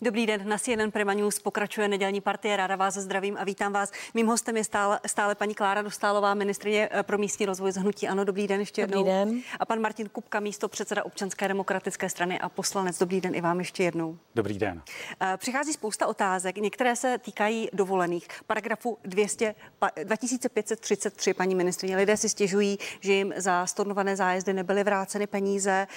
Dobrý den, na CNN Prima News pokračuje nedělní partie. Ráda vás zdravím a vítám vás. Mým hostem je stále paní Klára Dostálová, ministryně pro místní rozvoj z hnutí ANO. Dobrý den ještě jednou. Dobrý den. A pan Martin Kupka, místopředseda Občanské demokratické strany a poslanec. Dobrý den i vám ještě jednou. Dobrý den. Přichází spousta otázek, některé se týkají dovolených. Paragrafu 2533, paní ministryně. Lidé si stěžují, že jim za stornované zájezdy nebyly vráceny peníze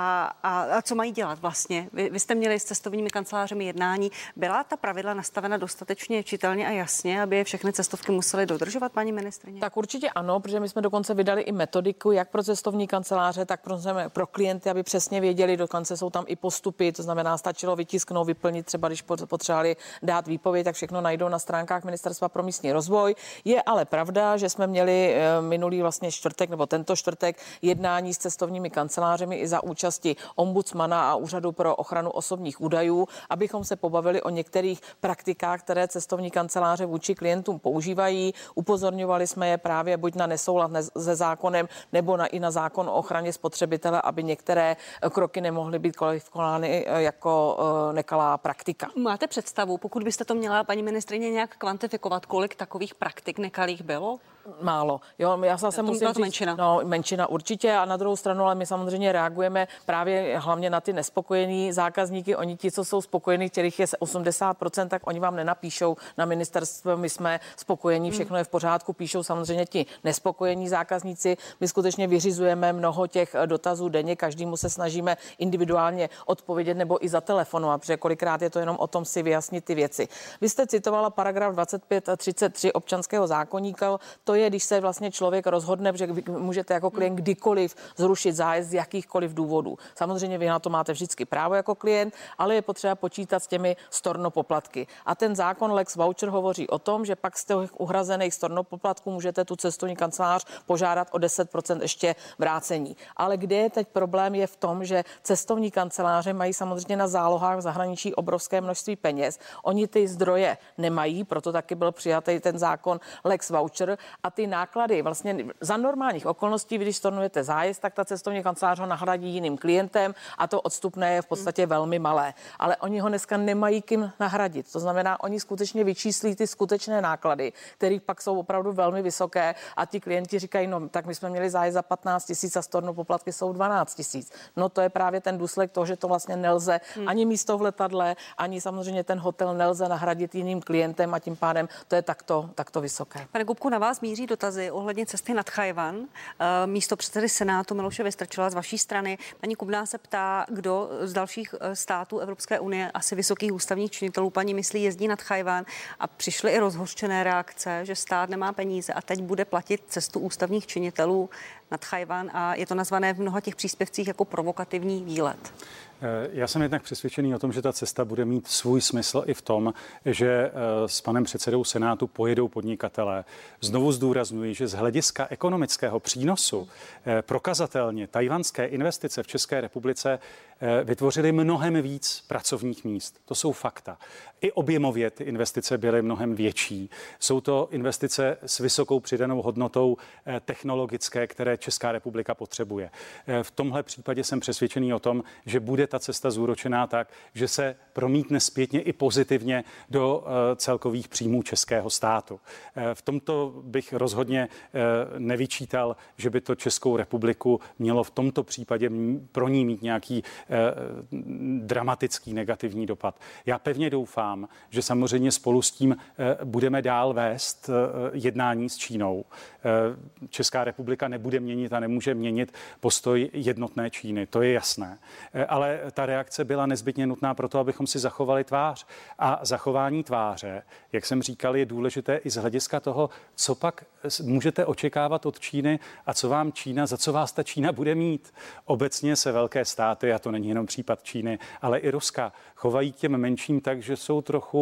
a co mají dělat vlastně. Vy jste měli s cestovními kancelářemi jednání. Byla ta pravidla nastavena dostatečně čitelně a jasně, aby je všechny cestovky musely dodržovat, paní ministryně? Tak určitě ano, protože my jsme dokonce vydali i metodiku, jak pro cestovní kanceláře, tak pro klienty, aby přesně věděli, dokonce jsou tam i postupy, to znamená, stačilo vytisknout, vyplnit, třeba když potřebovali dát výpověď, tak všechno najdou na stránkách Ministerstva pro místní rozvoj. Je ale pravda, že jsme měli minulý vlastně čtvrtek nebo tento čtvrtek jednání s cestovními kancelářemi i za účasti ombudsmana a Úřadu pro ochranu osobních údajů, abychom se pobavili o některých praktikách, které cestovní kanceláře vůči klientům používají. Upozorňovali jsme je právě buď na nesoulad se zákonem, nebo i na zákon o ochraně spotřebitele, aby některé kroky nemohly být kvalifikovány jako nekalá praktika. Máte představu, pokud byste to měla, paní ministryně, nějak kvantifikovat, kolik takových praktik nekalých bylo? Málo. Jo, já zase musím říct, menšina. No, menšina určitě a na druhou stranu, ale my samozřejmě reagujeme právě hlavně na ty nespokojený zákazníky. Oni ti, co jsou spokojení, kterých je 80%, tak oni vám nenapíšou na ministerstvo, my jsme spokojení, všechno je v pořádku, píšou samozřejmě ti nespokojení zákazníci. My skutečně vyřizujeme mnoho těch dotazů denně, každému se snažíme individuálně odpovědět nebo i zatelefonovat, protože kolikrát je to jenom o tom si vyjasnit ty věci. Vy jste citovala paragraf 2533 občanského zákoníku. To je, když se vlastně člověk rozhodne, že můžete jako klient kdykoliv zrušit zájezd z jakýchkoliv důvodů. Samozřejmě vy na to máte vždycky právo jako klient, ale je potřeba počítat s těmi stornopoplatky. A ten zákon Lex Voucher hovoří o tom, že pak z těch uhrazených stornopoplatků můžete tu cestovní kancelář požádat o 10% ještě vrácení. Ale kde je teď problém, je v tom, že cestovní kanceláře mají samozřejmě na zálohách v zahraničí obrovské množství peněz. Oni ty zdroje nemají, proto taky byl přijatý ten zákon Lex Voucher. A ty náklady vlastně za normálních okolností, když stornujete zájezd, tak ta cestovní kancelář ho nahradí jiným klientem a to odstupné je v podstatě velmi malé. Ale oni ho dneska nemají kým nahradit. To znamená, oni skutečně vyčíslí ty skutečné náklady, které pak jsou opravdu velmi vysoké a ti klienti říkají, no tak my jsme měli zájezd za 15 000 a stornopoplatky jsou 12 000. No to je právě ten důsledek toho, že to vlastně nelze ani místo v letadle, ani samozřejmě ten hotel nelze nahradit jiným klientem a tím pádem to je takto vysoké. Pane Kupku, na vás míří dotazy ohledně cesty nad Tchaj-wan. Místo předsedy Senátu Miloše Vystrčila z vaší strany. Paní Kubná se ptá, kdo z dalších států Evropské unie, asi vysokých ústavních činitelů, paní myslí, jezdí nad Tchaj-wan a přišly i rozhořčené reakce, že stát nemá peníze a teď bude platit cestu ústavních činitelů na Tchaj-wan a je to nazvané v mnoha těch příspěvcích jako provokativní výlet. Já jsem jednak přesvědčený o tom, že ta cesta bude mít svůj smysl i v tom, že s panem předsedou Senátu pojedou podnikatelé. Znovu zdůrazňuji, že z hlediska ekonomického přínosu prokazatelně tajvanské investice v České republice vytvořily mnohem víc pracovních míst. To jsou fakta. I objemově ty investice byly mnohem větší. Jsou to investice s vysokou přidanou hodnotou technologické, které Česká republika potřebuje. V tomhle případě jsem přesvědčený o tom, že bude ta cesta zúročená tak, že se promítne zpětně i pozitivně do celkových příjmů českého státu. V tomto bych rozhodně nevyčítal, že by to Českou republiku mělo v tomto případě pro ní mít nějaký dramatický negativní dopad. Já pevně doufám, že samozřejmě spolu s tím budeme dál vést jednání s Čínou. Česká republika nebude měnit a nemůže měnit postoj jednotné Číny, to je jasné. Ale ta reakce byla nezbytně nutná proto, abychom si zachovali tvář. A zachování tváře, jak jsem říkal, je důležité i z hlediska toho, co pak můžete očekávat od Číny a co vám Čína, za co vás ta Čína bude mít. Obecně se velké státy, a to není jenom případ Číny, ale i Ruska, chovají k těm menším tak, že jsou trochu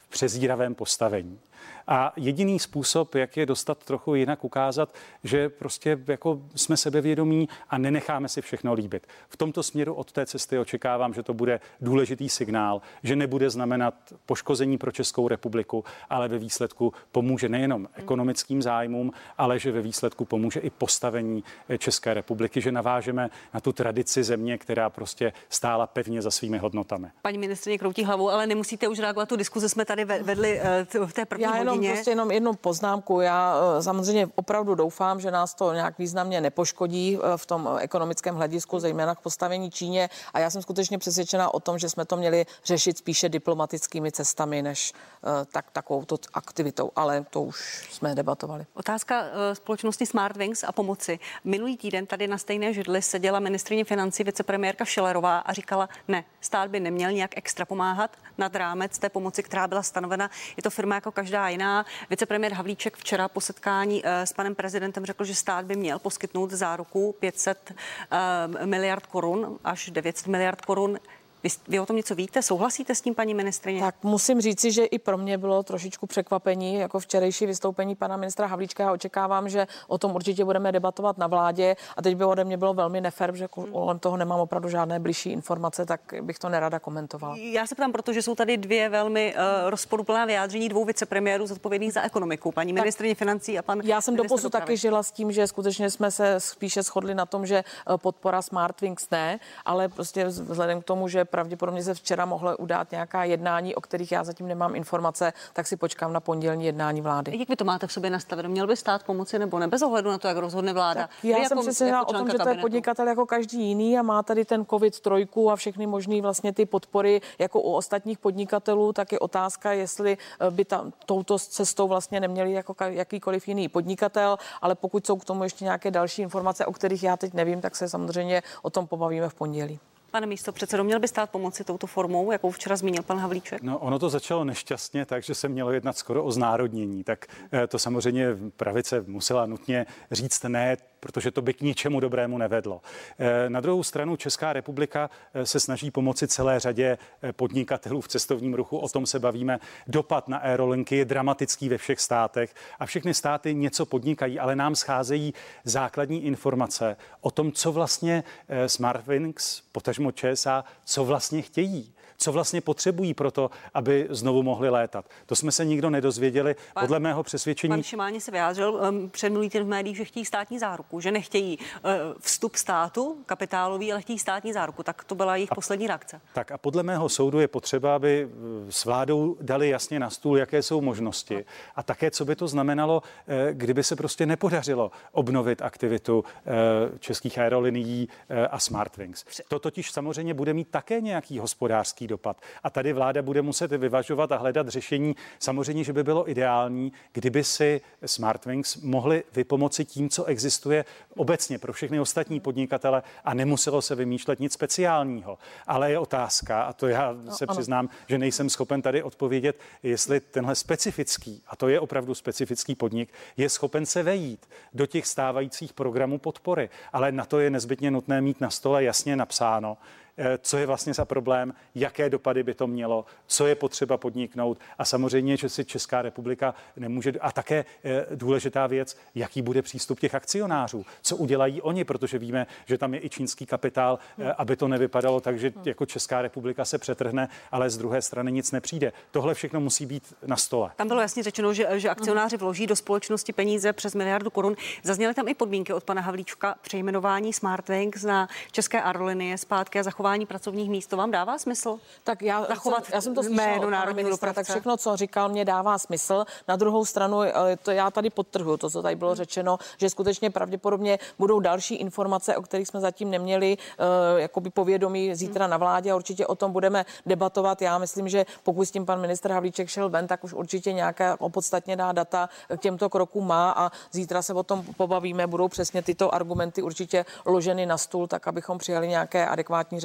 přezíravém postavení. A jediný způsob, jak je dostat trochu jinak, ukázat, že prostě jako jsme sebevědomí a nenecháme si všechno líbit. V tomto směru od té cesty očekávám, že to bude důležitý signál, že nebude znamenat poškození pro Českou republiku, ale ve výsledku pomůže nejenom ekonomickým zájmům, ale že ve výsledku pomůže i postavení České republiky, že navážeme na tu tradici země, která prostě stála pevně za svými hodnotami. Paní ministryně kroutí hlavou, ale nemusíte už reagovat, tu diskuzi jsme tady vedli v té první hodině. Jenom jednu poznámku. Já samozřejmě opravdu doufám, že nás to nějak významně nepoškodí v tom ekonomickém hledisku, zejména k postavení Číně. A já jsem skutečně přesvědčená o tom, že jsme to měli řešit spíše diplomatickými cestami, než takovouto aktivitou. Ale to už jsme debatovali. Otázka společnosti Smartwings a pomoci. Minulý týden tady na stejné židli seděla ministryně financí vicepremiérka Schillerová a říkala, ne, stát by neměl nějak extra pomáhat nad rámec té pomoci, která byla stanovena. Je to firma jako každá jiná. Vicepremiér Havlíček včera po setkání s panem prezidentem řekl, že stát by měl poskytnout záruku 500 miliard korun až 900 miliard korun. Vy o tom něco víte? Souhlasíte s tím, paní ministryně? Tak musím říci, že i pro mě bylo trošičku překvapení, jako včerejší vystoupení pana ministra Havlíčka. Já očekávám, že o tom určitě budeme debatovat na vládě. A teď by ode mě bylo velmi nefér, že kolem toho nemám opravdu žádné bližší informace, tak bych to nerada komentovala. Já se ptám, protože jsou tady dvě velmi rozporuplná vyjádření dvou vicepremiérů zodpovědných za ekonomiku, paní ministryně financí a pan. Já jsem doposud taky žila s tím, že skutečně jsme se spíše shodli na tom, že podpora Smartwings ne, ale prostě vzhledem k tomu, že pravděpodobně se včera mohlo udát nějaká jednání, o kterých já zatím nemám informace, tak si počkám na pondělní jednání vlády. Jak vy to máte v sobě nastaveno? Měl by stát pomoci nebo ne? Bez ohledu na to, jak rozhodne vláda. Tak já jsem přesvědčená o tom, že to je podnikatel jako každý jiný a má tady ten COVID-3 a všechny možný vlastně ty podpory jako u ostatních podnikatelů, tak je otázka, jestli by touto cestou vlastně neměli jako jakýkoliv jiný podnikatel, ale pokud jsou k tomu ještě nějaké další informace, o kterých já teď nevím, tak se samozřejmě o tom pobavíme v pondělí. Pane místopředsedo, měl by stát pomoci touto formou, jakou včera zmínil pan Havlíček? No, ono to začalo nešťastně, takže se mělo jednat skoro o znárodnění. Tak to samozřejmě pravice musela nutně říct ne, protože to by k ničemu dobrému nevedlo. Na druhou stranu Česká republika se snaží pomoci celé řadě podnikatelů v cestovním ruchu. O tom se bavíme. Dopad na aerolinky je dramatický ve všech státech a všechny státy něco podnikají, ale nám scházejí základní informace o tom, co vlastně Smartwings, potažmo ČSA, co vlastně chtějí. Co vlastně potřebují pro to, aby znovu mohli létat. To jsme se nikdo nedozvěděli. Podle mého přesvědčení. Pan Šimáně se vyjádřil před minulý týden v médiích, že chtějí státní záruku, že nechtějí vstup státu kapitálový, ale chtějí státní záruku. Tak to byla jejich poslední reakce. Tak a podle mého soudu je potřeba, aby s vládou dali jasně na stůl, jaké jsou možnosti a také, co by to znamenalo, kdyby se prostě nepodařilo obnovit aktivitu českých aerolinií a Smartwings. To totiž samozřejmě bude mít také nějaký hospodářský dopad. A tady vláda bude muset vyvažovat a hledat řešení. Samozřejmě, že by bylo ideální, kdyby si Smartwings mohli vypomoci tím, co existuje obecně pro všechny ostatní podnikatele a nemuselo se vymýšlet nic speciálního. Ale je otázka, a to já se přiznám, že nejsem schopen tady odpovědět, jestli tenhle specifický, a to je opravdu specifický podnik, je schopen se vejít do těch stávajících programů podpory. Ale na to je nezbytně nutné mít na stole jasně napsáno, co je vlastně za problém, jaké dopady by to mělo, co je potřeba podniknout a samozřejmě, že si Česká republika nemůže, a také důležitá věc, jaký bude přístup těch akcionářů, co udělají oni, protože víme, že tam je i čínský kapitál, aby to nevypadalo tak, že jako Česká republika se přetrhne, ale z druhé strany nic nepřijde. Tohle všechno musí být na stole. Tam bylo jasně řečeno, že akcionáři vloží do společnosti peníze přes 1 miliardu korun. Zazněly tam i podmínky od pana Havlíčka přejmenování Smartwings na české aerolinie zpátky a zachování pracovních míst. To vám dává smysl? Tak já jsem to slyšela od pana ministra, tak všechno, co říkal, mě dává smysl. Na druhou stranu, to já tady podtrhuji, to, co tady bylo řečeno, že skutečně pravděpodobně budou další informace, o kterých jsme zatím neměli jakoby povědomí zítra na vládě a určitě o tom budeme debatovat. Já myslím, že pokud s tím pan ministr Havlíček šel ven, tak už určitě nějaká opodstatněná data k těmto krokům má a zítra se o tom pobavíme. Budou přesně tyto argumenty určitě loženy na stůl, tak abychom přijali nějaké adekvátní řešení.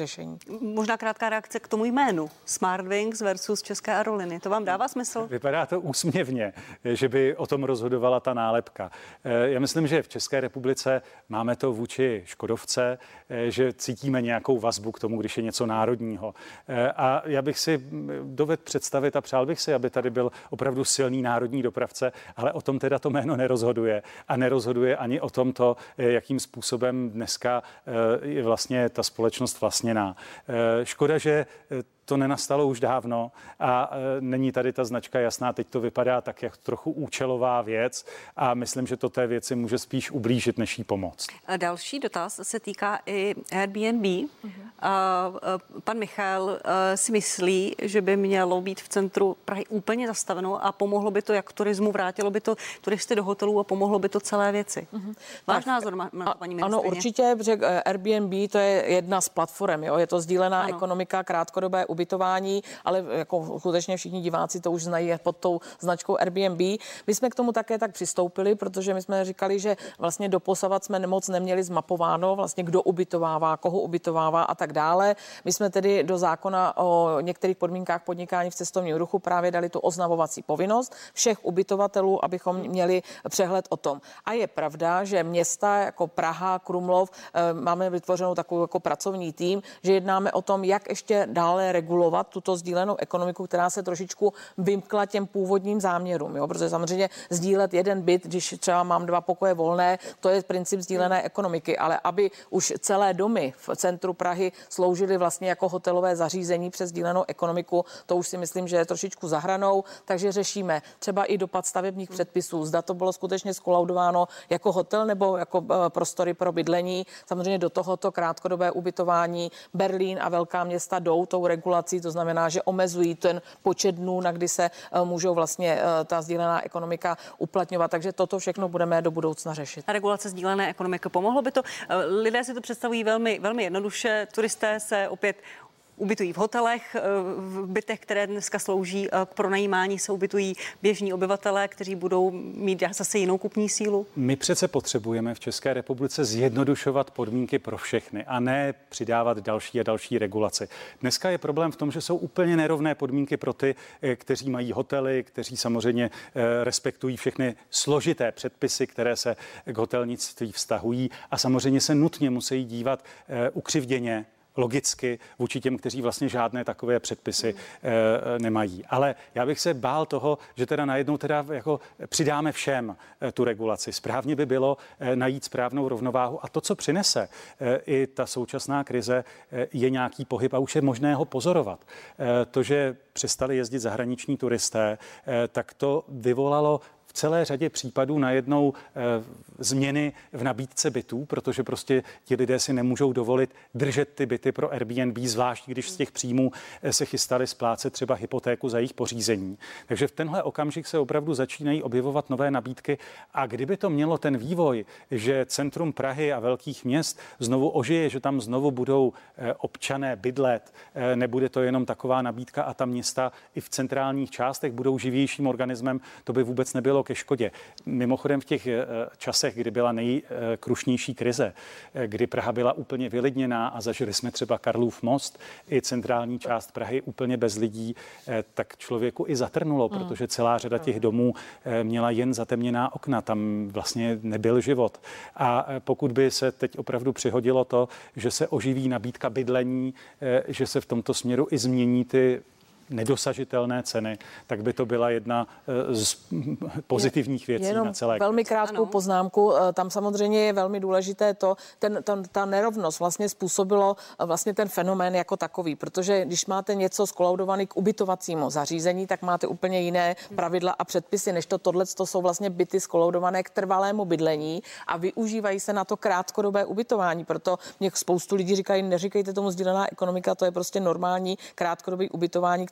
řešení. Možná krátká reakce k tomu jménu. Smartwings versus České aeroliny. To vám dává smysl? Vypadá to úsměvně, že by o tom rozhodovala ta nálepka. Já myslím, že v České republice máme to vůči Škodovce, že cítíme nějakou vazbu k tomu, když je něco národního. A já bych si dovedl představit a přál bych si, aby tady byl opravdu silný národní dopravce, ale o tom teda to jméno nerozhoduje. A nerozhoduje ani o tomto, jakým způsobem dneska je vlastně ta společnost vlastněná. Škoda, že to nenastalo už dávno a není tady ta značka jasná. Teď to vypadá tak, jak trochu účelová věc a myslím, že to té věci může spíš ublížit, než jí pomoct. A další dotaz se týká i Airbnb. Pan Michal si myslí, že by mělo být v centru Prahy úplně zastaveno a pomohlo by to jak turismu, vrátilo by to turisty do hotelů a pomohlo by to celé věci. Váš názor, paní ministryně? Ano, určitě, protože Airbnb to je jedna z platform, jo? Je to sdílená ekonomika, krátkodobé ubytování, ale jako skutečně všichni diváci to už znají pod tou značkou Airbnb. My jsme k tomu také tak přistoupili, protože my jsme říkali, že vlastně doposavat jsme moc neměli zmapováno, vlastně kdo ubytovává, koho ubytovává a tak dále. My jsme tedy do zákona o některých podmínkách podnikání v cestovním ruchu právě dali tu oznamovací povinnost všech ubytovatelů, abychom měli přehled o tom. A je pravda, že města jako Praha, Krumlov máme vytvořenou takovou jako pracovní tým, že jednáme o tom, jak ještě dále regulovat tuto sdílenou ekonomiku, která se trošičku vymkla těm původním záměrům, jo? Protože samozřejmě sdílet jeden byt, když třeba mám 2 pokoje volné, to je princip sdílené ekonomiky, ale aby už celé domy v centru Prahy sloužily vlastně jako hotelové zařízení přes sdílenou ekonomiku, to už si myslím, že je trošičku za hranou, takže řešíme třeba i dopad stavebních předpisů, zda to bylo skutečně skolaudováno jako hotel nebo jako prostory pro bydlení. Samozřejmě do tohoto krátkodobé ubytování Berlín a velká města jdou tou regulací, to znamená, že omezují ten počet dnů, na kdy se můžou vlastně ta sdílená ekonomika uplatňovat. Takže toto všechno budeme do budoucna řešit. A regulace sdílené ekonomiky, pomohlo by to? Lidé si to představují velmi, velmi jednoduše. Turisté se opět ubytují v hotelech, v bytech, které dneska slouží k pronajímání, se ubytují běžní obyvatelé, kteří budou mít zase jinou kupní sílu. My přece potřebujeme v České republice zjednodušovat podmínky pro všechny a ne přidávat další a další regulaci. Dneska je problém v tom, že jsou úplně nerovné podmínky pro ty, kteří mají hotely, kteří samozřejmě respektují všechny složité předpisy, které se k hotelnictví vztahují a samozřejmě se nutně musí dívat ukřivděně logicky vůči těm, kteří vlastně žádné takové předpisy nemají. Ale já bych se bál toho, že teda najednou teda jako přidáme všem tu regulaci. Správně by bylo najít správnou rovnováhu a to, co přinese i ta současná krize, je nějaký pohyb a už je možné ho pozorovat. To, že přestali jezdit zahraniční turisté, tak to vyvolalo celé řadě případů najednou změny v nabídce bytů, protože prostě ti lidé si nemůžou dovolit držet ty byty pro Airbnb, zvlášť když z těch příjmů se chystali splácet třeba hypotéku za jejich pořízení. Takže v tenhle okamžik se opravdu začínají objevovat nové nabídky a kdyby to mělo ten vývoj, že centrum Prahy a velkých měst znovu ožije, že tam znovu budou občané bydlet, nebude to jenom taková nabídka a ta města i v centrálních částech budou živějším organismem, to by vůbec nebylo ke škodě. Mimochodem v těch časech, kdy byla nejkrušnější krize, kdy Praha byla úplně vylidněná a zažili jsme třeba Karlův most i centrální část Prahy úplně bez lidí, tak člověku i zatrnulo, protože celá řada těch domů měla jen zatemněná okna, tam vlastně nebyl život. A pokud by se teď opravdu přihodilo to, že se oživí nabídka bydlení, že se v tomto směru i změní ty nedosažitelné ceny, tak by to byla jedna z pozitivních věcí na celé. Velmi krátkou poznámku. Tam samozřejmě je velmi důležité to, ta nerovnost vlastně způsobilo vlastně ten fenomén jako takový, protože když máte něco skolaudovaný k ubytovacímu zařízení, tak máte úplně jiné pravidla a předpisy, než to jsou vlastně byty skolaudované k trvalému bydlení a využívají se na to krátkodobé ubytování. Proto mě spoustu lidí říkají, neříkejte tomu sdílená ekonomika, to je prostě normální krátkodobé ubytování,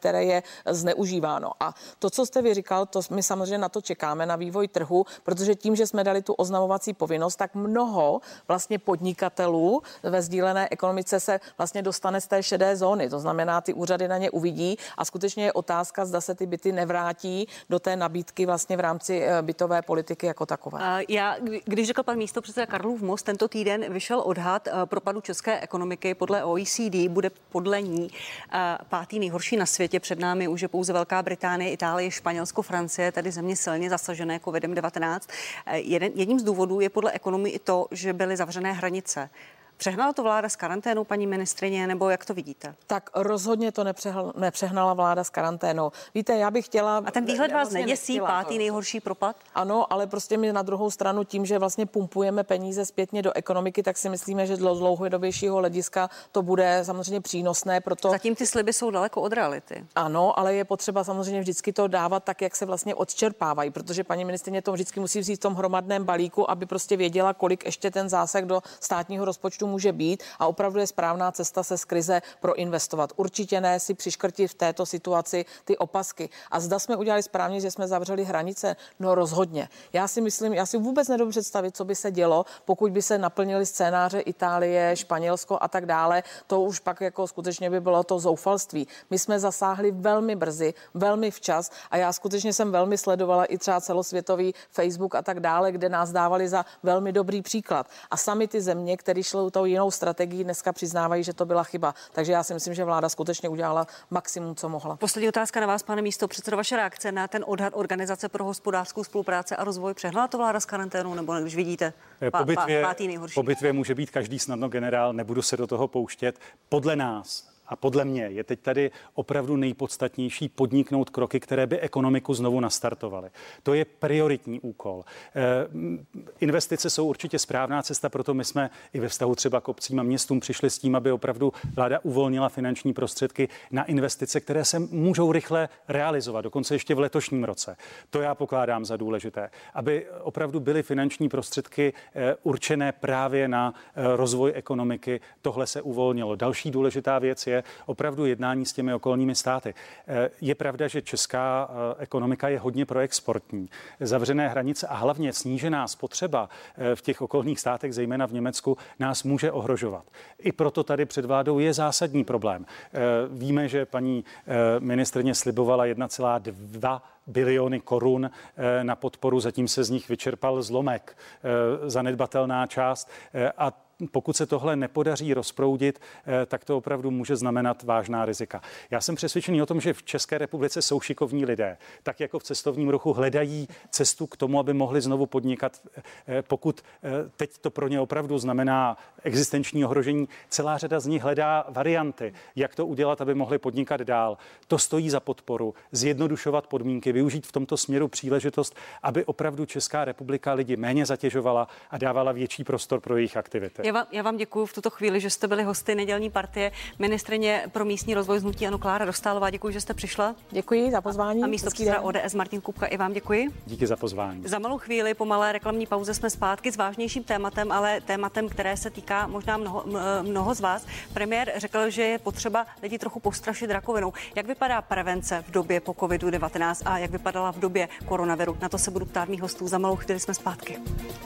které je zneužíváno. A to, co jste vy říkal, to my samozřejmě na to čekáme, na vývoj trhu, protože tím, že jsme dali tu oznamovací povinnost, tak mnoho vlastně podnikatelů ve sdílené ekonomice se vlastně dostane z té šedé zóny. To znamená, ty úřady na ně uvidí a skutečně je otázka, zda se ty byty nevrátí do té nabídky vlastně v rámci bytové politiky jako takové. Když řekl pan místopředseda Karlův Most, tento týden vyšel odhad propadu české ekonomiky podle OECD, bude podle ní pátý nejhorší na světě. Před námi už je pouze Velká Británie, Itálie, Španělsko, Francie, tedy země silně zasažené COVID-19. Jedním z důvodů je podle ekonomů i to, že byly zavřené hranice. Přehnala to vláda s karanténou, paní ministryně, nebo jak to vidíte? Tak rozhodně to nepřehnala vláda s karanténou. Víte, já bych chtěla... A ten výhled vás neděsí, pátý nejhorší propad? Ano, ale prostě my na druhou stranu tím, že vlastně pumpujeme peníze zpětně do ekonomiky, tak si myslíme, že z dlouhodobějšího hlediska to bude samozřejmě přínosné. Proto... Zatím ty sliby jsou daleko od reality. Ano, ale je potřeba samozřejmě vždycky to dávat tak, jak se vlastně odčerpávají, protože paní ministryně to vždycky musí vzít v tom hromadném balíku, aby prostě věděla, kolik ještě ten zásah do státního rozpočtu může být a opravdu je správná cesta se z krize proinvestovat. Určitě ne si přiškrtit v této situaci ty opasky. A zda jsme udělali správně, že jsme zavřeli hranice? No rozhodně. Já si vůbec nedovedu představit, co by se dělo, pokud by se naplnily scénáře Itálie, Španělsko a tak dále. To už pak jako skutečně by bylo to zoufalství. My jsme zasáhli velmi brzy, velmi včas a já skutečně jsem velmi sledovala i třeba celosvětový Facebook a tak dále, kde nás dávali za velmi dobrý příklad. A sami ty země, které šly tou jinou strategii, dneska přiznávají, že to byla chyba. Takže já si myslím, že vláda skutečně udělala maximum, co mohla. Poslední otázka na vás, pane místopředsedo, vaše reakce na ten odhad Organizace pro hospodářskou spolupráci a rozvoj. Přehnala to vláda s karanténou, nebo když vidíte pátý nejhorší? Po bitvě může být každý snadno generál, nebudu se do toho pouštět. Podle nás a podle mě je teď tady opravdu nejpodstatnější podniknout kroky, které by ekonomiku znovu nastartovaly. To je prioritní úkol. Investice jsou určitě správná cesta, proto my jsme i ve vztahu třeba k obcím a městům přišli s tím, aby opravdu vláda uvolnila finanční prostředky na investice, které se můžou rychle realizovat, dokonce ještě v letošním roce. To já pokládám za důležité, aby opravdu byly finanční prostředky určené právě na rozvoj ekonomiky. Tohle se uvolnilo. Další důležitá věc je opravdu jednání s těmi okolními státy. Je pravda, že česká ekonomika je hodně proexportní. Zavřené hranice a hlavně snížená spotřeba v těch okolních státech, zejména v Německu, nás může ohrožovat. I proto tady před vládou je zásadní problém. Víme, že paní ministryně slibovala 1,2 biliony korun na podporu, zatím se z nich vyčerpal zlomek, zanedbatelná část a pokud se tohle nepodaří rozproudit, tak to opravdu může znamenat vážná rizika. Já jsem přesvědčený o tom, že v České republice jsou šikovní lidé, tak jako v cestovním ruchu hledají cestu k tomu, aby mohli znovu podnikat. Pokud teď to pro ně opravdu znamená existenční ohrožení, celá řada z nich hledá varianty, jak to udělat, aby mohli podnikat dál. To stojí za podporu, zjednodušovat podmínky, využít v tomto směru příležitost, aby opravdu Česká republika lidi méně zatěžovala a dávala větší prostor pro jejich aktivity. Já vám děkuji v tuto chvíli, že jste byli hosty nedělní partie. Ministryně pro místní rozvoj hnutí ANO Klára Dostálová, děkuji, že jste přišla. Děkuji za pozvání. A místopředseda ODS Martin Kupka, i vám děkuji. Díky za pozvání. Za malou chvíli po malé reklamní pauze jsme zpátky s vážnějším tématem, ale tématem, které se týká možná mnoho z vás. Premiér řekl, že je potřeba lidi trochu postrašit rakovinou. Jak vypadá prevence v době po COVID-19 a jak vypadala v době koronaviru? Na to se budu ptát mých hostů. Za malou chvíli jsme zpátky.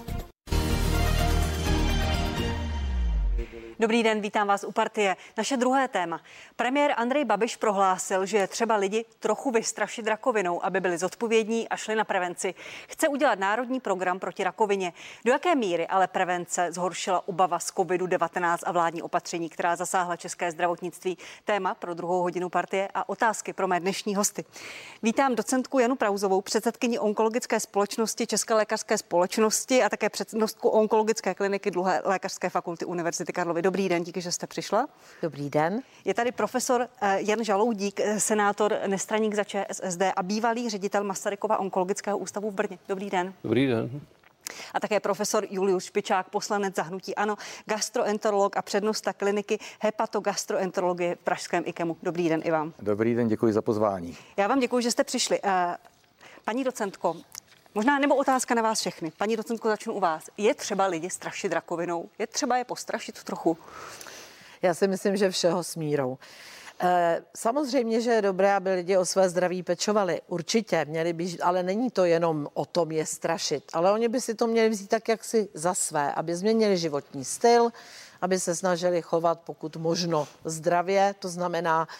Dobrý den, vítám vás u Partie. Naše druhé téma. Premiér Andrej Babiš prohlásil, že je třeba lidi trochu vystrašit rakovinou, aby byli zodpovědní a šli na prevenci. Chce udělat národní program proti rakovině. Do jaké míry ale prevence zhoršila obava z COVID-19 a vládní opatření, která zasáhla české zdravotnictví? Téma pro druhou hodinu Partie a otázky pro mé dnešní hosty. Vítám docentku Janu Prauzovou, předsedkyni Onkologické společnosti České lékařské společnosti a také přednostku Onkologické kliniky Druhé lékařské fakulty Univerzity Karlovy. Dobrý den, díky, že jste přišla. Dobrý den. Je tady profesor Jan Žaloudík, senátor nestraník za ČSSD a bývalý ředitel Masarykova onkologického ústavu v Brně. Dobrý den. Dobrý den. A také profesor Julius Špičák, poslanec za hnutí ANO, gastroenterolog a přednosta kliniky hepatogastroenterologie v pražském IKEMu. Dobrý den i vám. Dobrý den, děkuji za pozvání. Já vám děkuji, že jste přišli. Paní docentko, možná nebo otázka na vás všechny. Paní docentko, začnu u vás. Je třeba lidi strašit rakovinou? Je třeba je postrašit trochu? Já si myslím, že všeho s mírou. Samozřejmě, že je dobré, aby lidi o své zdraví pečovali. Určitě, měli by, ale není to jenom o tom je strašit, ale oni by si to měli vzít tak, jak si za své, aby změnili životní styl, aby se snažili chovat pokud možno zdravě, to znamená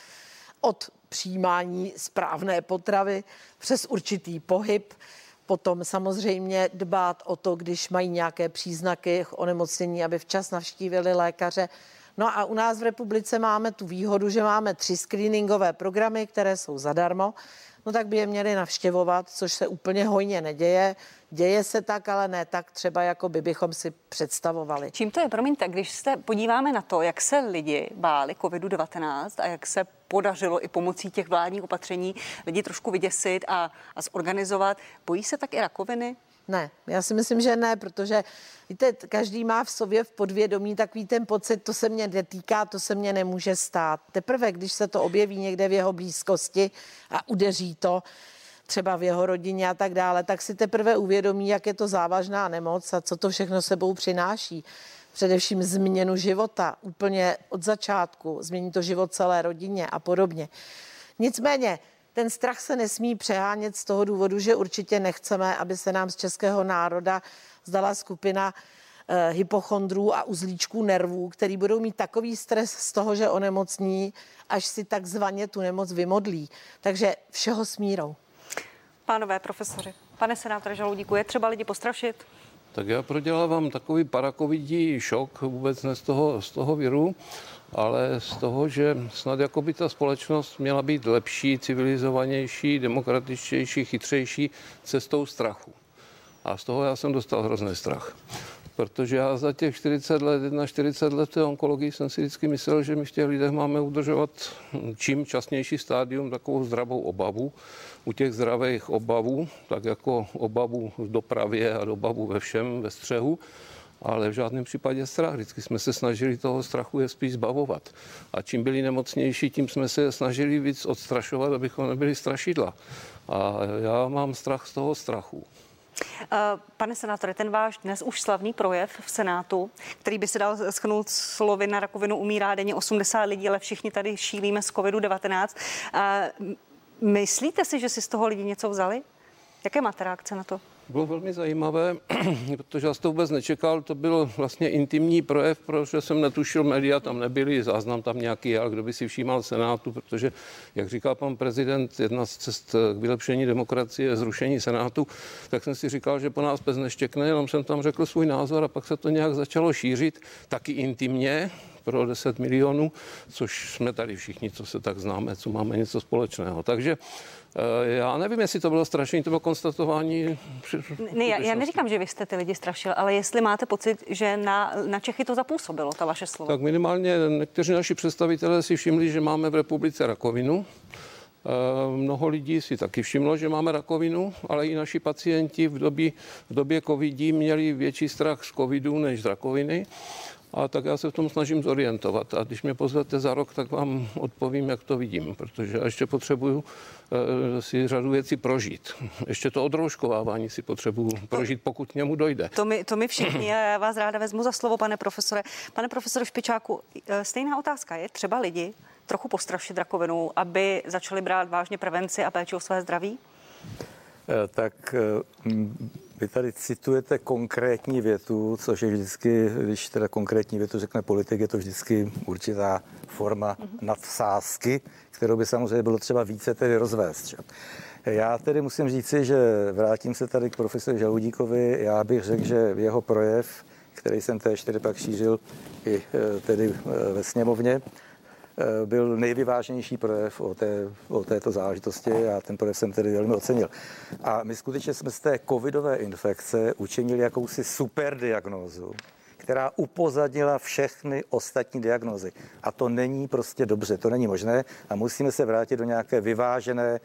od přijímání správné potravy přes určitý pohyb, potom samozřejmě dbát o to, když mají nějaké příznaky onemocnění, aby včas navštívili lékaře. No a u nás v republice máme tu výhodu, že máme 3 screeningové programy, které jsou zadarmo, no tak by je měli navštěvovat, což se úplně hojně neděje. Děje se tak, ale ne tak třeba, jako bychom si představovali. Čím to je? Promiňte, když se podíváme na to, jak se lidi báli COVID-19 a jak se podařilo i pomocí těch vládních opatření lidi trošku vyděsit a zorganizovat, bojí se tak i rakoviny? Ne, já si myslím, že ne, protože víte, každý má v sobě v podvědomí takový ten pocit, to se mě netýká, to se mně nemůže stát. Teprve, když se to objeví někde v jeho blízkosti a udeří to, třeba v jeho rodině a tak dále, tak si teprve uvědomí, jak je to závažná nemoc a co to všechno sebou přináší. Především změnu života úplně od začátku, změní to život celé rodině a podobně. Nicméně, ten strach se nesmí přehánět z toho důvodu, že určitě nechceme, aby se nám z českého národa zdala skupina hypochondrů a uzlíčků nervů, který budou mít takový stres z toho, že onemocní, až si takzvaně tu nemoc vymodlí. Takže všeho s mírou. Pánové profesoři, pane senátore Žaloudíku, je třeba lidi postrašit? Tak já prodělávám takový paracovidní šok, vůbec ne z toho viru, ale z toho, že snad jako by ta společnost měla být lepší, civilizovanější, demokratičtější, chytřejší cestou strachu. A z toho já jsem dostal hrozný strach. Protože já za těch 40 let té onkologii jsem si vždycky myslel, že my v těch lidech máme udržovat čím časnější stádium takovou zdravou obavu. U těch zdravých obavů, tak jako obavu v dopravě a obavu ve všem, ve střehu, ale v žádném případě strach. Vždycky jsme se snažili toho strachu je spíš zbavovat. A čím byli nemocnější, tím jsme se snažili víc odstrašovat, abychom nebyli strašidla. A já mám strach z toho strachu. Pane senátore, ten váš dnes už slavný projev v Senátu, který by se dal shrnout slovy: na rakovinu umírá denně 80 lidí, ale všichni tady šílíme z COVID-19. Myslíte si, že si z toho lidi něco vzali? Jaké máte reakce na to? Bylo velmi zajímavé, protože já to vůbec nečekal, to byl vlastně intimní projev, protože jsem netušil, média tam nebyly, záznam tam nějaký, ale kdo by si všímal Senátu, protože, jak říkal pan prezident, jedna z cest k vylepšení demokracie je zrušení Senátu, tak jsem si říkal, že po nás pes neštěkne, jenom jsem tam řekl svůj názor a pak se to nějak začalo šířit, taky intimně, pro 10 milionů, což jsme tady všichni, co se tak známe, co máme něco společného. Takže já nevím, jestli to bylo strašení, to bylo konstatování. Ne, já neříkám, že vy jste ty lidi strašil, ale jestli máte pocit, že na Čechy to zapůsobilo, ta vaše slova. Tak minimálně někteří naši představitelé si všimli, že máme v republice rakovinu. Mnoho lidí si taky všimlo, že máme rakovinu, ale i naši pacienti v době covidu měli větší strach z covidu než z rakoviny. A tak já se v tom snažím zorientovat. A když mě pozvete za rok, tak vám odpovím, jak to vidím, protože ještě potřebuju si řadu věcí prožít. Ještě to odrouškovávání si potřebuju prožít, pokud k němu dojde. To my všichni, a já vás ráda vezmu za slovo, pane profesore. Pane profesore Špičáku, stejná otázka. Je třeba lidi trochu postrašit rakovinou, aby začali brát vážně prevenci a péči o své zdraví? Tak vy tady citujete konkrétní větu, což je vždycky, když teda konkrétní větu řekne politik, je to vždycky určitá forma nadsázky, kterou by samozřejmě bylo třeba více tedy rozvést. Já tedy musím říci, že vrátím se tady k profesoru Žaloudíkovi. Já bych řekl, že jeho projev, který jsem též tedy pak šířil i tedy ve sněmovně, byl nejvyváženější projev o této záležitosti a ten projev jsem tedy velmi ocenil. A my skutečně jsme z té covidové infekce učinili jakousi superdiagnózu, která upozadila všechny ostatní diagnózy. A to není prostě dobře, to není možné a musíme se vrátit do nějaké vyvážené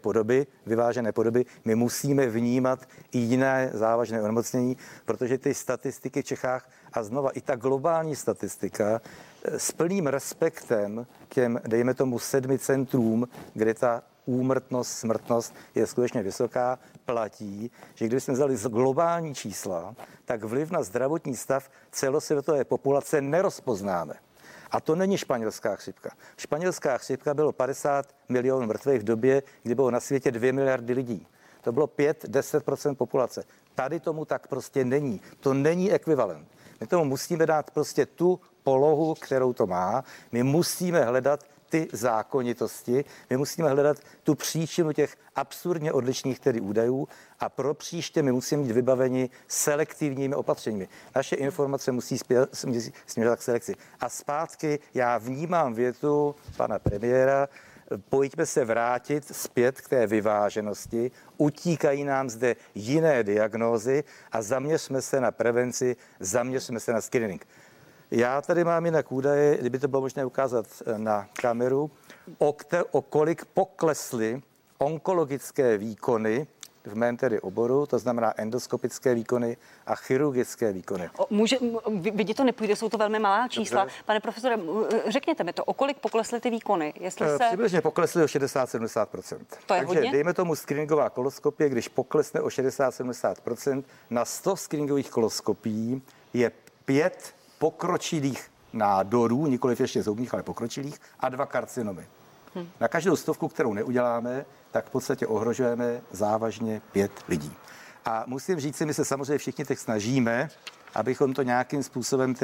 podoby. My musíme vnímat i jiné závažné onemocnění, protože ty statistiky v Čechách a znova i ta globální statistika s plným respektem k těm, dejme tomu, 7 centrům, kde ta úmrtnost, smrtnost je skutečně vysoká, platí, že když jsme vzali z globální čísla, tak vliv na zdravotní stav celosvětové populace nerozpoznáme. A to není španělská chřipka. Španělská chřipka bylo 50 milionů mrtvých v době, kdy bylo na světě 2 miliardy lidí. To bylo 5-10% populace. Tady tomu tak prostě není. To není ekvivalent. My tomu musíme dát prostě tu polohu, kterou to má. My musíme hledat ty zákonitosti, my musíme hledat tu příčinu těch absurdně odlišných tedy údajů a pro příště my musíme mít vybaveni selektivními opatřeními. Naše informace musí směřovat k selekci. A zpátky já vnímám větu pana premiéra, pojďme se vrátit zpět k té vyváženosti, utíkají nám zde jiné diagnózy a zaměřme se na prevenci, zaměřme se na screening. Já tady mám jinak údaje, kdyby to bylo možné ukázat na kameru, o kolik poklesly onkologické výkony v mém tedy oboru, to znamená endoskopické výkony a chirurgické výkony. Vidět to nepůjde, jsou to velmi malá čísla. Dobře. Pane profesore, řekněte mi to, o kolik poklesly ty výkony? Přibližně poklesly o 60-70%. To je Takže hodně? dejme tomu screeningová koloskopie, když poklesne o 60-70%, na 100 screeningových koloskopií je 5 pokročilých nádorů, nikoliv ještě zubních, ale pokročilých, a 2 karcinomy. Na každou 100, kterou neuděláme, tak v podstatě ohrožujeme závažně 5 lidí. A musím říct si, my se samozřejmě všichni teď snažíme, abychom to nějakým způsobem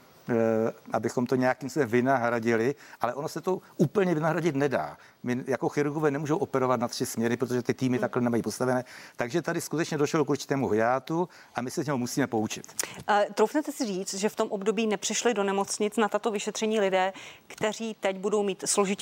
vynahradili, ale ono se to úplně vynahradit nedá. My jako chirurgové nemůžou operovat na 3 směry, protože ty týmy takhle nemají postavené. Takže tady skutečně došlo k určitému hiátu a my se z něho musíme poučit. Troufnete si říct, že v tom období nepřišli do nemocnic na tato vyšetření lidé, kteří teď budou mít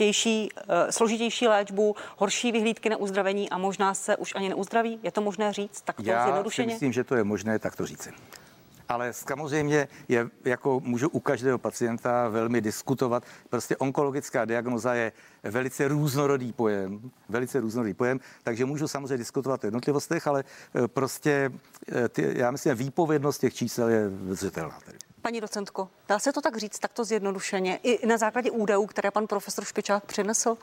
složitější léčbu, horší vyhlídky na uzdravení a možná se už ani neuzdraví? Je to možné říct takto zjednodušeně? Já si myslím, že to je možné takto říci. Ale samozřejmě je, jako můžu u každého pacienta velmi diskutovat. Prostě onkologická diagnoza je velice různorodý pojem, takže můžu samozřejmě diskutovat o jednotlivostech, ale prostě já myslím, že výpovědnost těch čísel je zřetelná. Paní docentko, dá se to tak říct, takto zjednodušeně, i na základě údajů, které pan profesor Špičák přinesl?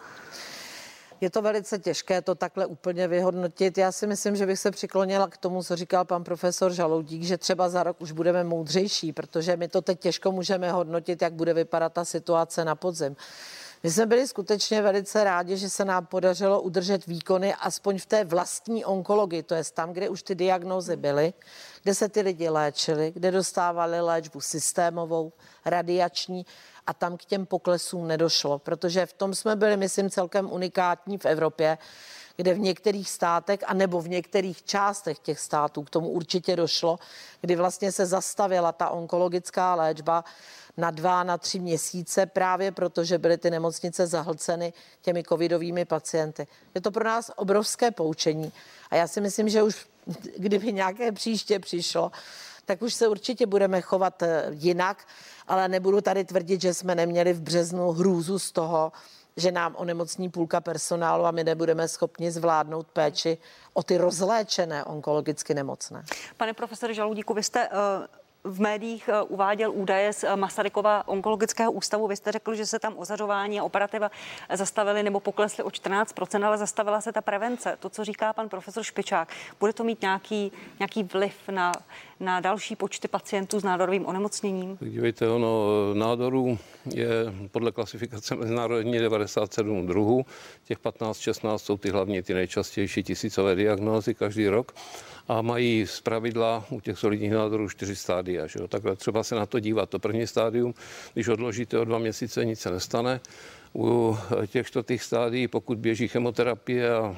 Je to velice těžké to takhle úplně vyhodnotit. Já si myslím, že bych se přiklonila k tomu, co říkal pan profesor Žaloudík, že třeba za rok už budeme moudřejší, protože my to teď těžko můžeme hodnotit, jak bude vypadat ta situace na podzim. My jsme byli skutečně velice rádi, že se nám podařilo udržet výkony aspoň v té vlastní onkologii, to je tam, kde už ty diagnózy byly, kde se ty lidi léčili, kde dostávali léčbu systémovou, radiační a tam k těm poklesům nedošlo, protože v tom jsme byli, myslím, celkem unikátní v Evropě, kde v některých státech a nebo v některých částech těch států k tomu určitě došlo, kdy vlastně se zastavila ta onkologická léčba na 2, na 3 měsíce právě proto, že byly ty nemocnice zahlceny těmi covidovými pacienty. Je to pro nás obrovské poučení a já si myslím, že už kdyby nějaké příště přišlo, tak už se určitě budeme chovat jinak, ale nebudu tady tvrdit, že jsme neměli v březnu hrůzu z toho, že nám onemocní půlka personálu a my nebudeme schopni zvládnout péči o ty rozléčené onkologicky nemocné. Pane profesore Žaloudíku, vy jste v médiích uváděl údaje z Masarykova onkologického ústavu. Vy jste řekl, že se tam ozařování a operativa zastavily nebo poklesly o 14%, ale zastavila se ta prevence. To, co říká pan profesor Špičák, bude to mít nějaký vliv na další počty pacientů s nádorovým onemocněním? Dívejte, nádorů je podle klasifikace mezinárodní 97 druhů. Těch 15-16 jsou ty hlavní, ty nejčastější tisícové diagnózy každý rok a mají zpravidla u těch solidních nádorů 4 stádia. Že jo? Takhle třeba se na to dívat. To první stádium, když odložíte o 2 měsíce, nic se nestane. U těch 4. stádií, pokud běží chemoterapie a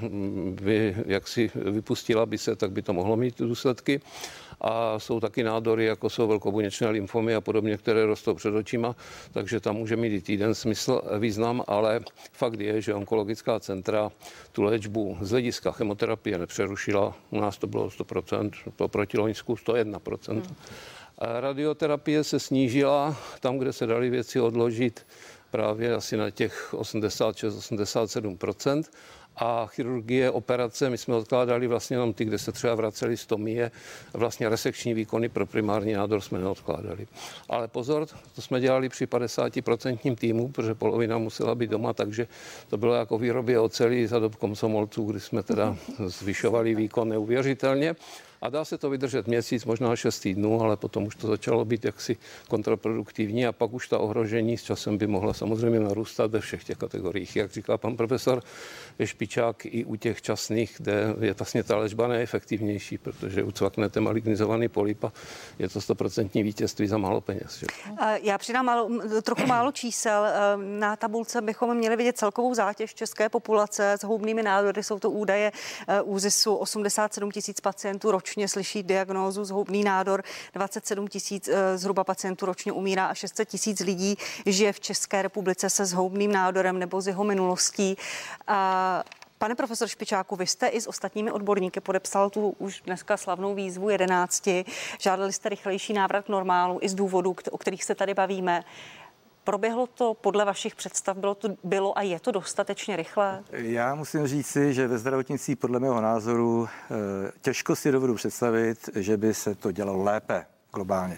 vypustila by se, tak by to mohlo mít důsledky. A jsou taky nádory, jako jsou velkobuněčné lymfomy a podobně, které rostou před očima, takže tam může mít i týden význam, ale fakt je, že onkologická centra tu léčbu z hlediska chemoterapie nepřerušila. U nás to bylo 100%, proti loňsku 101%. A radioterapie se snížila tam, kde se daly věci odložit, právě asi na těch 86-87%. a chirurgie, operace, my jsme odkládali vlastně jenom ty, kde se třeba vraceli stomie, vlastně resekční výkony pro primární nádor jsme neodkládali. Ale pozor, to jsme dělali při 50% týmu, protože polovina musela být doma, takže to bylo jako výrobě oceli za dob komsomolců, kdy jsme teda zvyšovali výkon neuvěřitelně. A dá se to vydržet měsíc, možná 6 týdnů, ale potom už to začalo být jaksi kontraproduktivní a pak už ta ohrožení s časem by mohla samozřejmě narůstat ve všech těch kategoriích. Jak říká pan profesor, je špičák i u těch časných, kde je vlastně ta léčba neefektivnější, protože ucvaknete malignizovaný polyp a je to 100% vítězství za málo peněz. Že? Já přidám trochu málo čísel. Na tabulce bychom měli vidět celkovou zátěž české populace s houbnými nádory. Jsou to údaje ÚZISu. 87 000 pacientů ročně slyší diagnózu zhoubný nádor, 27 000 zhruba pacientů ročně umírá a 600 000 lidí žije v České republice se zhoubným nádorem nebo s jeho minulostí. Pane profesor Špičáku, vy jste i s ostatními odborníky podepsal tu už dneska slavnou výzvu 11. Žádali jste rychlejší návrat k normálu i z důvodů, o kterých se tady bavíme. Proběhlo to podle vašich představ? Bylo a je to dostatečně rychlé? Já musím říci, že ve zdravotnictví podle mého názoru těžko si dovedu představit, že by se to dělalo lépe globálně.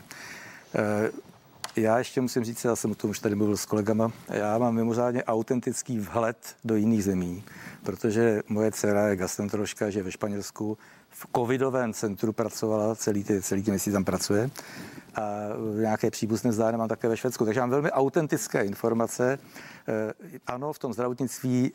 Já ještě musím říct, já jsem o tom už tady mluvil s kolegama, já mám mimořádně autentický vhled do jiných zemí, protože moje dcera je gastroenteroložka, že ve Španělsku v covidovém centru pracovala, celý ty měsíc tam pracuje a nějaké příbuzné zdárné mám také ve Švédsku, takže mám velmi autentické informace. Ano, v tom zdravotnictví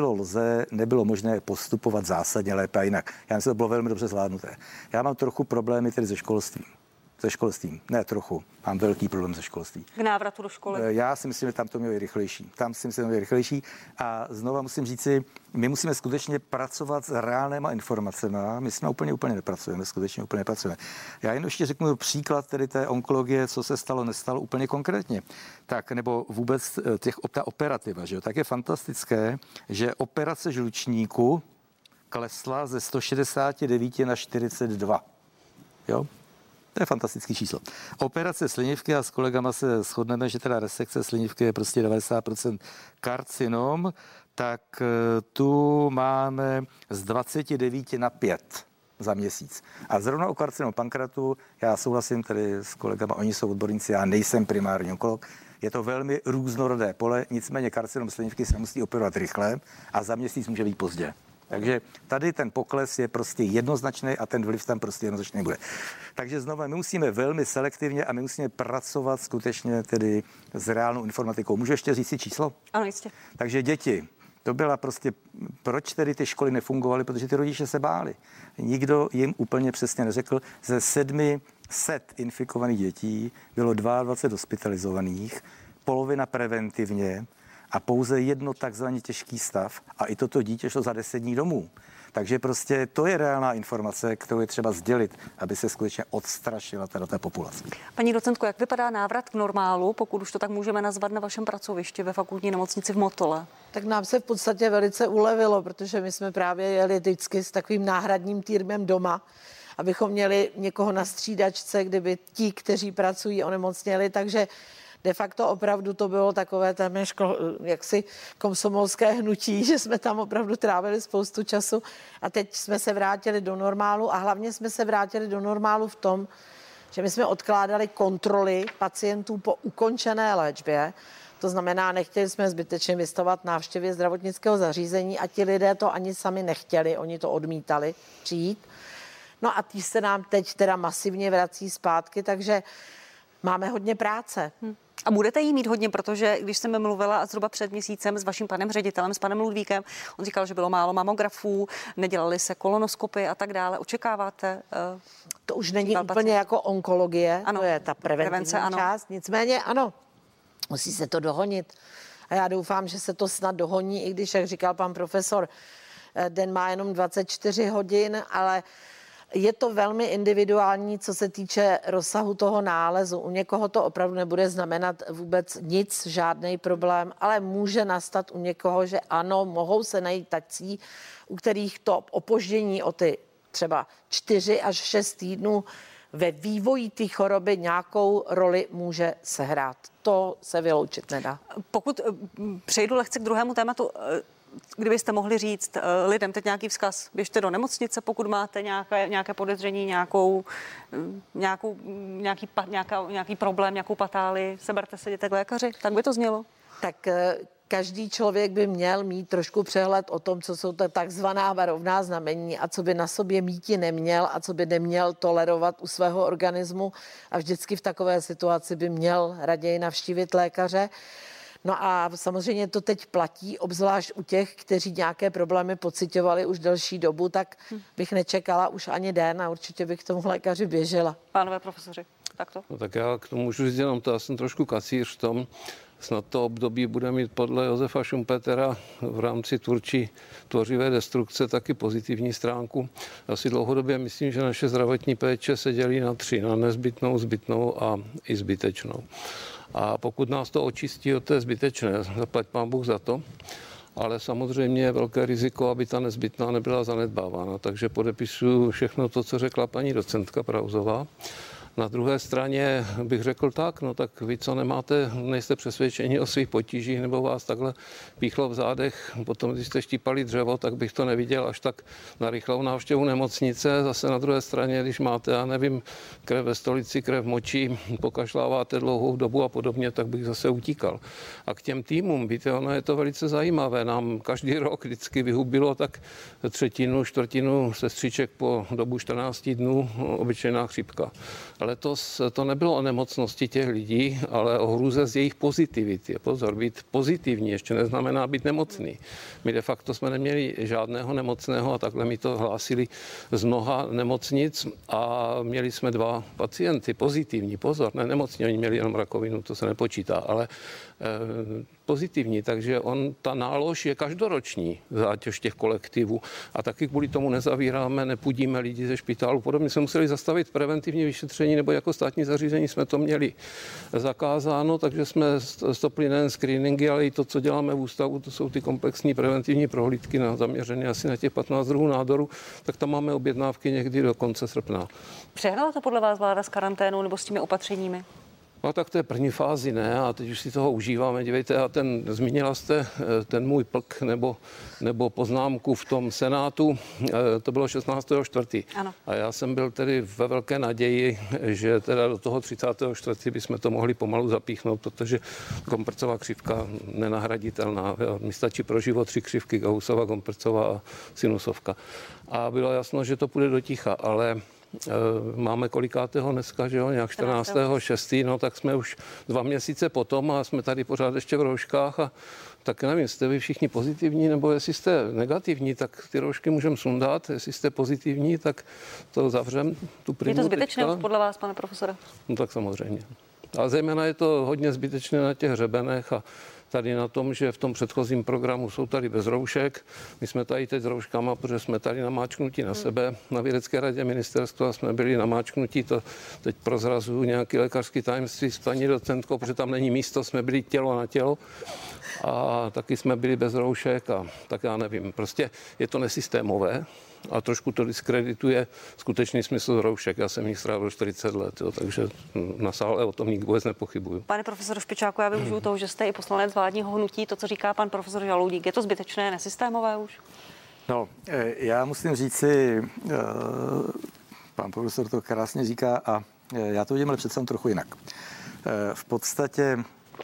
nebylo možné postupovat zásadně lépe a jinak. Já myslím, že to bylo velmi dobře zvládnuté. Já mám trochu problémy tedy se školstvím. Ne trochu, mám velký problém se školstvím. K návratu do školy? Já si myslím, že tam to mělo rychlejší. A znova musím říci, my musíme skutečně pracovat s reálnýma informacemi. My s nimi úplně nepracujeme, skutečně úplně nepracujeme. Já jen ještě řeknu příklad tedy té onkologie, co se stalo, nestalo úplně konkrétně. Tak, nebo vůbec ta operativa, že jo? Tak je fantastické, že operace žlučníku klesla ze 169 na 42. Jo? To je fantastický číslo. Operace slinivky a s kolegama se shodneme, že teda resekce slinivky je prostě 90% karcinom, tak tu máme z 29 na 5 za měsíc. A zrovna o karcinom pankratu, já souhlasím tady s kolegama, oni jsou odborníci, já nejsem primární onkolog, je to velmi různorodé pole, nicméně karcinom slinivky se musí operovat rychle a za měsíc může být pozdě. Takže tady ten pokles je prostě jednoznačný a ten vliv tam prostě jednoznačný bude. Takže znovu, my musíme velmi selektivně a my musíme pracovat skutečně tedy s reálnou informatikou. Můžu ještě říct si číslo? Ano, jistě. Takže děti, to byla prostě, proč tedy ty školy nefungovaly? Protože ty rodiče se báli. Nikdo jim úplně přesně neřekl, ze 700 infikovaných dětí bylo 22 hospitalizovaných, polovina preventivně, a pouze jedno takzvaně těžký stav a i toto dítě šlo za 10 dní domů. Takže prostě to je reálná informace, kterou je třeba sdělit, aby se skutečně odstrašila ta populace. Paní docentko, jak vypadá návrat k normálu, pokud už to tak můžeme nazvat, na vašem pracovišti ve fakultní nemocnici v Motole? Tak nám se v podstatě velice ulevilo, protože my jsme právě jeli vždycky s takovým náhradním týmem doma, abychom měli někoho na střídačce, kdyby ti, kteří pracují, onemocněli, takže de facto opravdu to bylo takové téměř jaksi komsomolské hnutí, že jsme tam opravdu trávili spoustu času a teď jsme se vrátili do normálu a hlavně jsme se vrátili do normálu v tom, že my jsme odkládali kontroly pacientů po ukončené léčbě. To znamená, nechtěli jsme zbytečně vystavovat návštěvě zdravotnického zařízení a ti lidé to ani sami nechtěli, oni to odmítali přijít. No a tí se nám teď teda masivně vrací zpátky, takže máme hodně práce. A budete jí mít hodně, protože když jsem mluvila zhruba před měsícem s vaším panem ředitelem, s panem Ludvíkem, on říkal, že bylo málo mamografů, nedělali se kolonoskopy a tak dále. Očekáváte? To už není úplně jako onkologie, ano, to je ta preventivní část. Nicméně ano, musí se to dohonit. A já doufám, že se to snad dohoní, i když, jak říkal pan profesor, den má jenom 24 hodin, ale je to velmi individuální, co se týče rozsahu toho nálezu. U někoho to opravdu nebude znamenat vůbec nic, žádný problém, ale může nastat u někoho, že ano, mohou se najít tací, u kterých to opoždění o ty třeba 4 až 6 týdnů ve vývoji té choroby nějakou roli může sehrát. To se vyloučit nedá. Pokud přejdu lehce k druhému tématu, kdybyste mohli říct lidem teď nějaký vzkaz, běžte do nemocnice, pokud máte nějaké podezření, nějaký problém, nějakou patálii, seberte se, jděte k lékaři, tak by to znělo? Tak každý člověk by měl mít trošku přehled o tom, co jsou to takzvaná varovná znamení a co by na sobě míti neměl a co by neměl tolerovat u svého organismu a vždycky v takové situaci by měl raději navštívit lékaře. No a samozřejmě to teď platí, obzvlášť u těch, kteří nějaké problémy pociťovali už delší dobu, tak bych nečekala už ani den a určitě bych k tomu lékaři běžela. Pánové profesoři, takto? No tak já k tomu můžu říct jenom to, já jsem trošku kacíř v tom, snad to období bude mít podle Josefa Schumpetera v rámci tvořivé destrukce taky pozitivní stránku. Já si dlouhodobě myslím, že naše zdravotní péče se dělí na 3, na nezbytnou, zbytnou a i zbytečnou. A pokud nás to očistí od té zbytečné, zaplať pán Bůh za to, ale samozřejmě je velké riziko, aby ta nezbytná nebyla zanedbávána. Takže podepisuju všechno to, co řekla paní docentka Prauzová. Na druhé straně bych řekl tak, no tak vy, co nejste přesvědčeni o svých potížích, nebo vás takhle píchlo v zádech, potom, když jste štípali dřevo, tak bych to neviděl až tak na rychlou návštěvu nemocnice. Zase na druhé straně, když máte, já nevím, krev ve stolici, krev v moči, pokašláváte dlouhou dobu a podobně, tak bych zase utíkal. A k těm týmům, víte, ono je to velice zajímavé. Nám každý rok vždycky vyhubilo tak 1/3 sestřiček po dobu 14 dnů, obyčejná chřipka. Letos to nebylo o nemocnosti těch lidí, ale o hrůze z jejich pozitivity. Pozor, být pozitivní ještě neznamená být nemocný. My de facto jsme neměli žádného nemocného a takhle mi to hlásili z mnoha nemocnic a měli jsme 2 pacienty pozitivní. Pozor, ne nemocní, oni měli jenom rakovinu, to se nepočítá, ale pozitivní, takže ta nálož je každoroční zátěž těch kolektivů a taky kvůli tomu nezavíráme, nepudíme lidi ze špitálu. Podobně jsme museli zastavit preventivní vyšetření, nebo jako státní zařízení jsme to měli zakázáno, takže jsme stopli nejen screeningy, ale i to, co děláme v ústavu, to jsou ty komplexní preventivní prohlídky zaměřené asi na těch 15 druhů nádoru, tak tam máme objednávky někdy do konce srpna. Přehnala to podle vás vláda s karanténou nebo s těmi opatřeními? No tak to je první fázi, ne? A teď už si toho užíváme. Dívejte, a zmínila jste ten můj plk nebo poznámku v tom Senátu, to bylo 16.4. Ano. A já jsem byl tedy ve velké naději, že teda do toho 34. bychom to mohli pomalu zapíchnout, protože Gompertsova křivka nenahraditelná. Mi stačí pro život 3 křivky, Gaussova, Gompertsova a sinusovka. A bylo jasno, že to půjde do ticha, ale máme kolikátého dneska, že jo, nějak 14.6., no tak jsme už 2 měsíce potom a jsme tady pořád ještě v rouškách a tak nevím, jste vy všichni pozitivní, nebo jestli jste negativní, tak ty roušky můžeme sundat, jestli jste pozitivní, tak to zavřem, tu primu. Je to zbytečné už podle vás, pane profesore? No tak samozřejmě. A zejména je to hodně zbytečné na těch hřebenech a tady na tom, že v tom předchozím programu jsou tady bez roušek. My jsme tady teď s rouškama, protože jsme tady namáčknutí na sebe. Na vědecké radě ministerstva jsme byli namáčknutí, to teď prozrazuju nějaký lékařský tajemství s paní docentkou, protože tam není místo, jsme byli tělo na tělo. A taky jsme byli bez roušek a tak já nevím. Prostě je to nesystémové a trošku to diskredituje skutečný smysl roušek. Já jsem jich strávil 40 let, jo, takže na sále o tom nikdy vůbec nepochybuju. Pane profesor Špičáku, já využiju toho, že jste i poslanec vládního hnutí. To, co říká pan profesor Žaloudík, je to zbytečné, nesystémové už? No, já musím říct si, pan profesor to krásně říká a já to vidím ale přece trochu jinak. V podstatě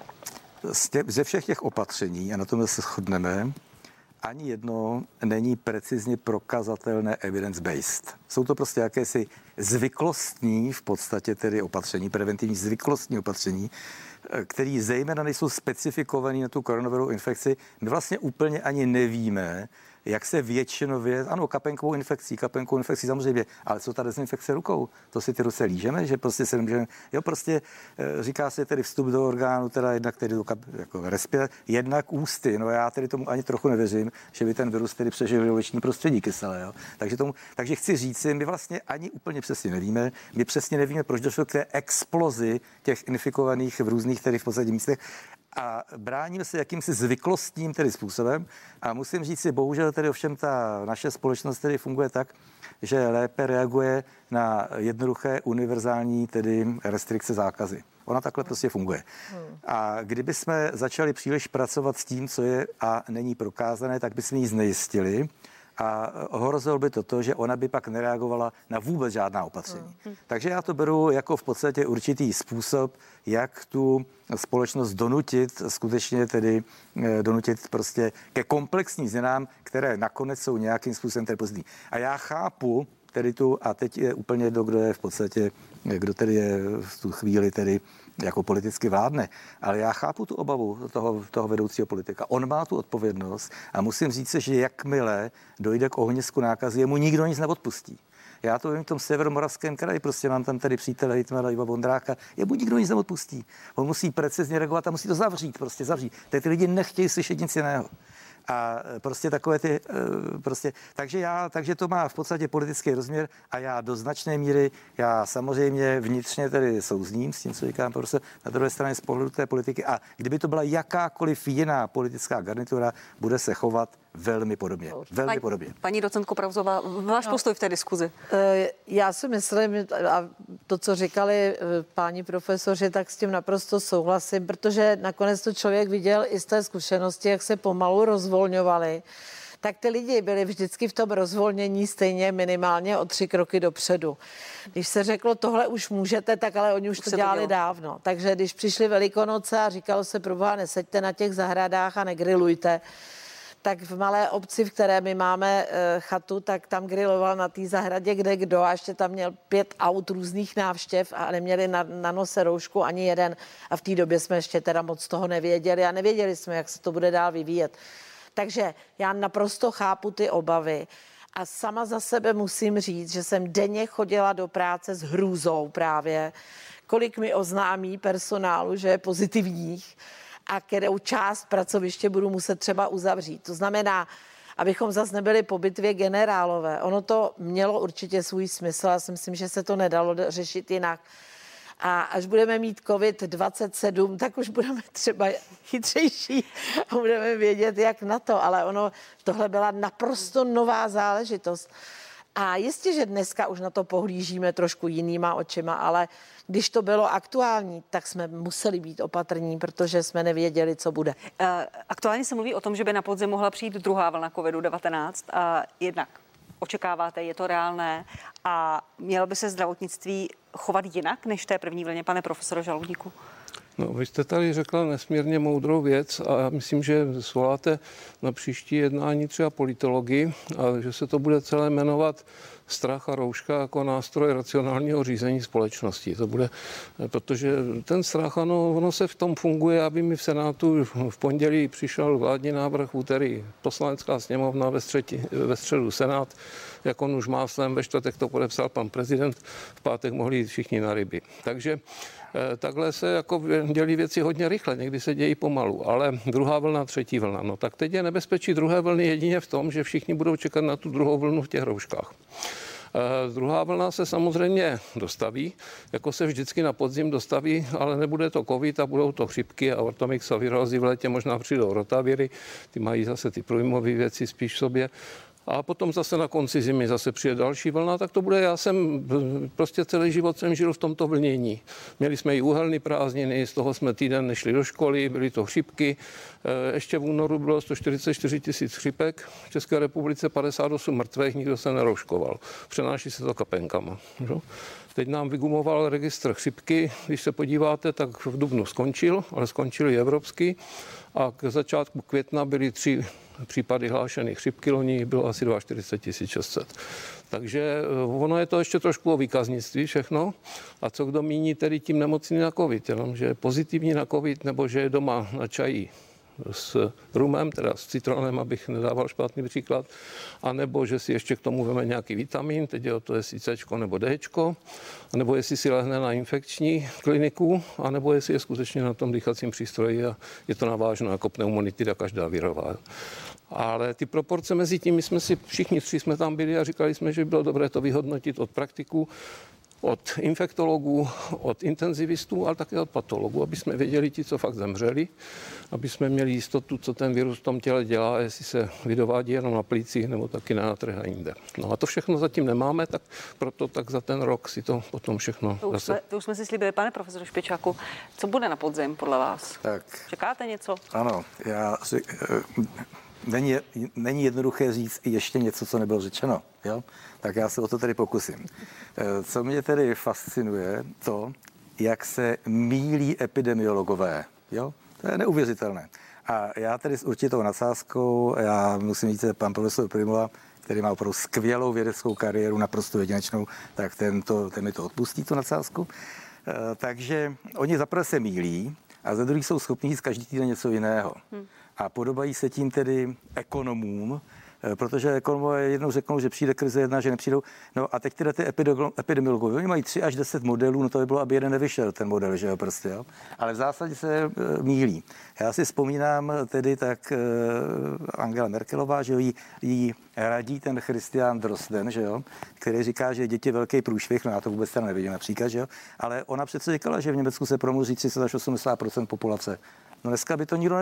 ze všech těch opatření, a na tom se shodneme, ani jedno není precizně prokazatelné evidence-based. Jsou to prostě jakési zvyklostní v podstatě tedy opatření, preventivní zvyklostní opatření, které zejména nejsou specifikované na tu koronavirovou infekci. My vlastně úplně ani nevíme, jak se většinově, ano, kapénkovou infekcí samozřejmě, ale co ta dezinfekce rukou? To si ty ruce lížeme, že prostě se nemůžeme, jo, prostě říká se tedy vstup do orgánu, teda jednak tedy jako jednak ústy, no já tedy tomu ani trochu nevěřím, že by ten virus tedy přežil žaludeční prostředí kyselé, jo. Takže chci říct si, my vlastně ani úplně přesně nevíme, proč došlo k té explozi těch infikovaných v různých tedy v podstatě místech. a bráníme se jakýmsi zvyklostním tedy způsobem a musím říct si, bohužel tedy ovšem ta naše společnost tedy funguje tak, že lépe reaguje na jednoduché univerzální tedy restrikce, zákazy. Ona takhle prostě funguje. A kdyby jsme začali příliš pracovat s tím, co je a není prokázané, tak bychom ji znejistili a ohrozilo by to, že ona by pak nereagovala na vůbec žádná opatření. Takže já to beru jako v podstatě určitý způsob, jak tu společnost donutit, skutečně tedy donutit prostě ke komplexním změnám, které nakonec jsou nějakým způsobem tedy pozitivní. A já chápu tedy tu, a teď je úplně jedno, kdo je v podstatě, kdo tedy je v tu chvíli tedy jako politicky vládne. Ale já chápu tu obavu toho vedoucího politika. On má tu odpovědnost a musím říct, že jakmile dojde k ohnisku nákazy, jemu nikdo nic neodpustí. Já to vím v tom Severomoravském kraji, prostě mám tam tady přítele hejtmana Iva Vondráka, jemu nikdo nic neodpustí. On musí precizně reagovat a musí to zavřít, prostě zavřít. Teď ty lidi nechtějí slyšet nic jiného. A prostě takové ty, takže to má v podstatě politický rozměr a já do značné míry, já samozřejmě vnitřně tedy souzním s tím, co říkám, prostě na druhé straně z pohledu té politiky a kdyby to byla jakákoliv jiná politická garnitura, bude se chovat velmi podobně. Velmi podobně. Paní docentko Prauzová, váš postoj v té diskuzi? Já si myslím, a to, co říkali páni profesoři, tak s tím naprosto souhlasím, protože nakonec to člověk viděl i z té zkušenosti, jak se pomalu rozvolňovali. Tak ty lidi byli vždycky v tom rozvolnění stejně minimálně o 3 kroky dopředu. Když se řeklo, tohle už můžete, tak ale oni už to dělali dávno. Takže když přišly Velikonoce a říkalo se, proboha, neseďte na těch zahradách a negrilujte, tak v malé obci, v které my máme chatu, tak tam griloval na té zahradě kde kdo a ještě tam měl 5 aut různých návštěv a neměli na nose roušku ani jeden. A v té době jsme ještě teda moc toho nevěděli a nevěděli jsme, jak se to bude dál vyvíjet. Takže já naprosto chápu ty obavy a sama za sebe musím říct, že jsem denně chodila do práce s hrůzou právě, kolik mi oznámí personálu, že je pozitivních a kterou část pracoviště budu muset třeba uzavřít. To znamená, abychom zase nebyli po bitvě generálové. Ono to mělo určitě svůj smysl, já si myslím, že se to nedalo řešit jinak. A až budeme mít COVID-27, tak už budeme třeba chytřejší a budeme vědět, jak na to. Ale tohle byla naprosto nová záležitost. A jistě, že dneska už na to pohlížíme trošku jinýma očima, ale když to bylo aktuální, tak jsme museli být opatrní, protože jsme nevěděli, co bude. Aktuálně se mluví o tom, že by na podzim mohla přijít druhá vlna COVID-19. Jednak očekáváte, je to reálné a mělo by se zdravotnictví chovat jinak než té první vlně, pane profesore Žaloudíku? No, vy jste tady řekla nesmírně moudrou věc a já myslím, že svoláte na příští jednání třeba politologii a že se to bude celé jmenovat strach a rouška jako nástroj racionálního řízení společnosti. To bude, protože ten strach, ono se v tom funguje, aby mi v Senátu v pondělí přišel vládní návrh, v úterý Poslanecká sněmovna, ve středu Senát, jak on už má svém, ve čtvrtek to podepsal pan prezident, v pátek mohli jít všichni na ryby. Takže takhle se jako dělí věci hodně rychle, někdy se dějí pomalu, ale druhá vlna, třetí vlna. No tak teď je nebezpečí druhé vlny jedině v tom, že všichni budou čekat na tu druhou vlnu v těch rouškách. Druhá vlna se samozřejmě dostaví, jako se vždycky na podzim dostaví, ale nebude to covid a budou to chřipky a ortomyx a virózy v létě, možná přijdou rotaviry, ty mají zase ty průjmové věci spíš v sobě. A potom zase na konci zimy zase přijde další vlna, tak to bude, já jsem prostě celý život jsem žil v tomto vlnění. Měli jsme i úhelný prázdniny, z toho jsme týden nešli do školy, byly to chřipky. Ještě v únoru bylo 144 000 chřipek, v České republice 58 mrtvých, nikdo se nerouškoval. Přenáší se to kapenkama. Že? Teď nám vygumoval registr chřipky, když se podíváte, tak v dubnu skončil, ale skončil i evropský a k začátku května byly 3 případy hlášených chřipky, loni bylo asi 42 600. Takže ono je to ještě trošku o výkaznictví všechno. A co kdo míní tedy tím nemocný na covid, jenom že je pozitivní na covid, nebo že je doma na čaji s rumem, teda s citronem, abych nedával špatný příklad, anebo že si ještě k tomu veme nějaký vitamin, teď je to jestli C nebo D, anebo jestli si lehne na infekční kliniku, anebo jestli je skutečně na tom dýchacím přístroji a je to naváženo jako pneumonitida každá virová. Ale ty proporce mezi tím, my jsme si všichni 3 jsme tam byli a říkali jsme, že by bylo dobré to vyhodnotit od praktiků. od infektologů, od intenzivistů, ale také od patologů, aby jsme věděli ti, co fakt zemřeli, aby jsme měli jistotu, co ten virus v tom těle dělá, jestli se vydovádí jenom na plících nebo taky na nátrh a jinde. No a to všechno zatím nemáme, tak proto tak za ten rok si to potom všechno To už jsme si slíbili, pane profesore Špičáku. Co bude na podzim podle vás? Tak. Čekáte něco? Ano, není jednoduché říct ještě něco, co nebylo řečeno. Jo? Tak já se o to tedy pokusím. Co mě tedy fascinuje, to, jak se mýlí epidemiologové. Jo? To je neuvěřitelné. A já tedy s určitou nadsázkou, já musím říct, že pan profesor Prymula, který má opravdu skvělou vědeckou kariéru, naprosto jedinečnou, tak ten mi to odpustí, tu nadsázku. Takže oni zaprvé se mýlí a za druhých jsou schopni říct každý týden něco jiného. A podobají se tím tedy ekonomům, protože ekonomové jednou řeknou, že přijde krize, jedna, že nepřijdou. No a teď teda ty epidemiologové, oni mají 3 až 10 modelů, no to by bylo, aby jeden nevyšel, ten model, že jo, prostě, jo. Ale v zásadě se mýlí. Já si vzpomínám tedy tak Angela Merkelová, že jo, jí radí ten Christian Drosten, že jo, který říká, že děti velký průšvih, no já to vůbec teda nevidím například, že jo, ale ona přece říkala, že v Německu se promluví 30 až 80% populace. No dneska by to nikdo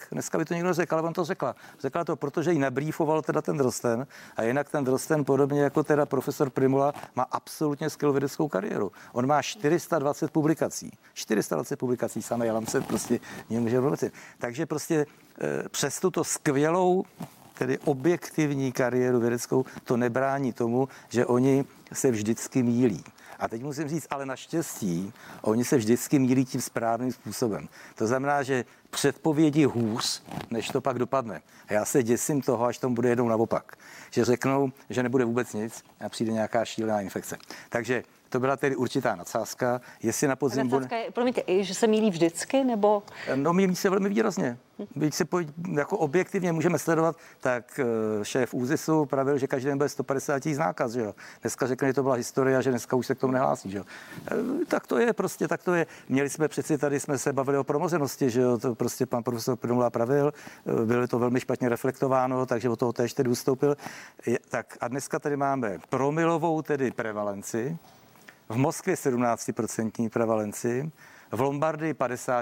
neřekl, ale on to řekla. Řekla to, protože jí nabrýfoval teda ten Drosten a jinak ten Drosten, podobně jako teda profesor Prymula, má absolutně skvělou vědeckou kariéru. On má 420 publikací. 420 publikací, samé Lancet prostě nemůže vůbec. Takže prostě přes tuto skvělou, tedy objektivní kariéru vědeckou, to nebrání tomu, že oni se vždycky mýlí. A teď musím říct, ale naštěstí, oni se vždycky mýlí tím správným způsobem. To znamená, že předpovědí hůř, než to pak dopadne. A já se děsím toho, až tomu bude jednou naopak. Že řeknou, že nebude vůbec nic a přijde nějaká šílená infekce. Takže to byla tedy určitá nadsázka. Jestli na podzim bude... Promiňte, že se mýlí vždycky, nebo... No, mýlí se velmi výrazně. Když se jako objektivně můžeme sledovat, tak šéf ÚZISu pravil, že každý den bude 150 000 nákaz, že jo. Dneska řekne, že to byla historie a že dneska už se k tomu nehlásí, že jo. Tak to je prostě, tak to je. Měli jsme přeci tady, jsme se bavili o promořenosti, že jo, to prostě pan profesor Prymula pravil, bylo to velmi špatně reflektováno, takže od toho též tedy ustoupil. Tak a dneska tady máme promilovou tedy prevalenci, v Moskvě 17% prevalenci, v Lombardii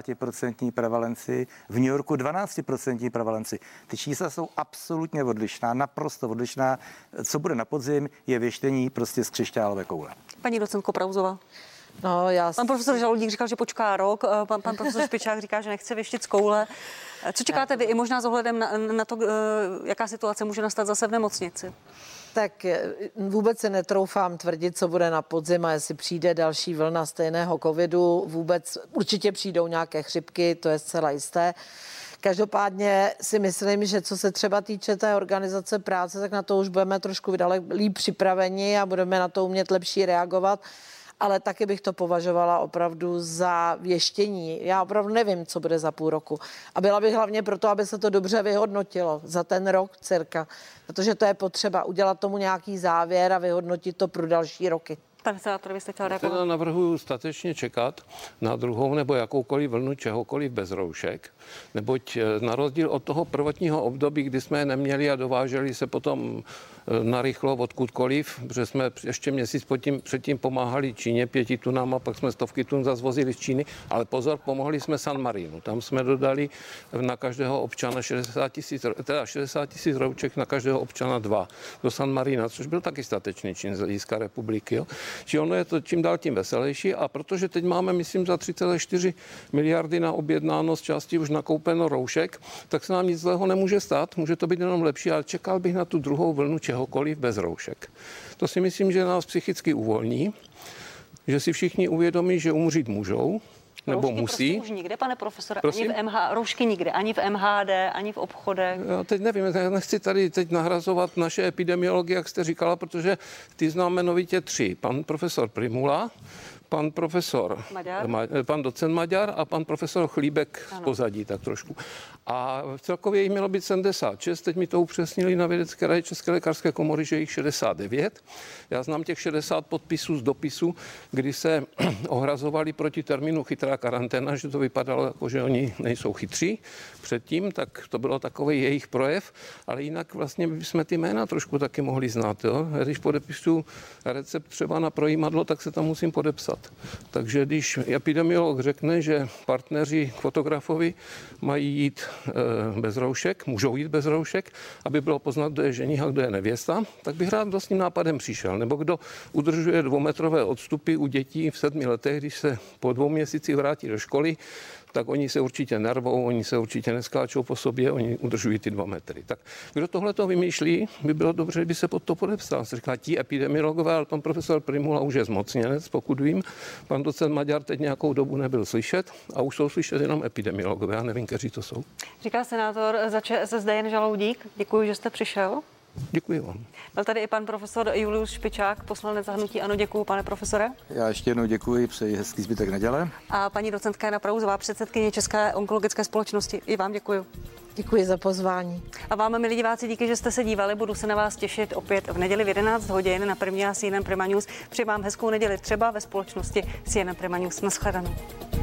50% prevalenci, v New Yorku 12% prevalenci. Ty čísla jsou absolutně odlišná, naprosto odlišná. Co bude na podzim, je věštění prostě z křišťálové koule. Paní docentko Prauzová. No, pan profesor Žaloudík říkal, že počká rok, pan profesor Špičák říká, že nechce věštit z koule. Co čekáte vy i možná s ohledem na to, jaká situace může nastat zase v nemocnici? Tak vůbec se netroufám tvrdit, co bude na podzim a jestli přijde další vlna stejného covidu. Vůbec určitě přijdou nějaké chřipky, to je zcela jisté. Každopádně si myslím, že co se třeba týče té organizace práce, tak na to už budeme trošku líp připraveni a budeme na to umět lepší reagovat. Ale taky bych to považovala opravdu za věštění. Já opravdu nevím, co bude za půl roku. A byla bych hlavně proto, aby se to dobře vyhodnotilo za ten rok cirka. Protože to je potřeba udělat tomu nějaký závěr a vyhodnotit to pro další roky. Pane senátor, vy jste chtěl reagovat? Teda navrhuji statečně čekat na druhou nebo jakoukoliv vlnu čehokoliv bez roušek, neboť na rozdíl od toho prvotního období, kdy jsme je neměli a dováželi se potom narychlo odkudkoliv, protože jsme ještě měsíc předtím pomáhali Číně 5 tunám a pak jsme 100 tun zase vozili z Číny, ale pozor, pomohli jsme San Marinu. Tam jsme dodali na každého občana 60 000 roušek, na každého občana 2 do San Marina, což byl taky statečný čin z hlediska republiky. Jo. Či ono je to čím dál tím veselější a protože teď máme, myslím, za 3,4 miliardy na objednáno z části už nakoupeno roušek, tak se nám nic zlého nemůže stát, může to být jenom lepší, ale čekal bych na tu druhou vlnu čehokoliv bez roušek. To si myslím, že nás psychicky uvolní, že si všichni uvědomí, že umřít můžou, nebo roušky musí. Prostě už nikde, pane profesore, Prosím? ani v roušky nikde, ani v MHD, ani v obchodech. Já teď nevím, já nechci tady teď nahrazovat naše epidemiology, jak jste říkala, protože ty znám jmenovitě 3. Pan profesor Prymula, pan profesor, pan docent Maďar a pan profesor Chlíbek z pozadí, tak trošku. A celkově jich mělo být 76, teď mi to upřesnili na Vědecké radě České lékařské komory, že jich 69. Já znám těch 60 podpisů z dopisu, kdy se ohrazovali proti termínu chytrá karanténa, že to vypadalo jako, že oni nejsou chytří předtím, tak to bylo takový jejich projev, ale jinak vlastně bychom ty jména trošku taky mohli znát. Jo? Když podepisuju recept třeba na projímadlo, tak se tam musím podepsat. Takže když epidemiolog řekne, že partneři k fotografovi mají jít bez roušek, můžou jít bez roušek, aby bylo poznat, kdo je ženich a kdo je nevěsta, tak bych rád s tím nápadem přišel. Nebo kdo udržuje 2metrové odstupy u dětí v 7 letech, když se po 2 měsících vrátí do školy, tak oni se určitě nervou, oni se určitě neskáčou po sobě, oni udržují ty 2 metry. Tak kdo tohle to vymýšlí, by bylo dobře, kdyby se pod to podepsal. Se říká, ti epidemiologové, ale pan profesor Primula už je zmocněnec, pokud vím. Pan docent Maďar teď nějakou dobu nebyl slyšet a už jsou slyšet jenom epidemiologové. Já nevím, kteří to jsou. Říká senátor za ČSSD Jan Žaloudík. Děkuji, že jste přišel. Děkuji vám. Byl tady i pan profesor Julius Špičák, poslanec za hnutí ANO. Děkuji, pane profesore. Já ještě jednou děkuji, přeji hezký zbytek neděle. A paní docentka Jana Prauzová, předsedkyně České onkologické společnosti. I vám děkuji. Děkuji za pozvání. A vám, milí diváci, díky, že jste se dívali. Budu se na vás těšit opět v neděli v 11 hodin na Primě a CNN Prima News. Přeji vám hezkou neděli třeba ve společnosti CNN Prima News. Naschledanou.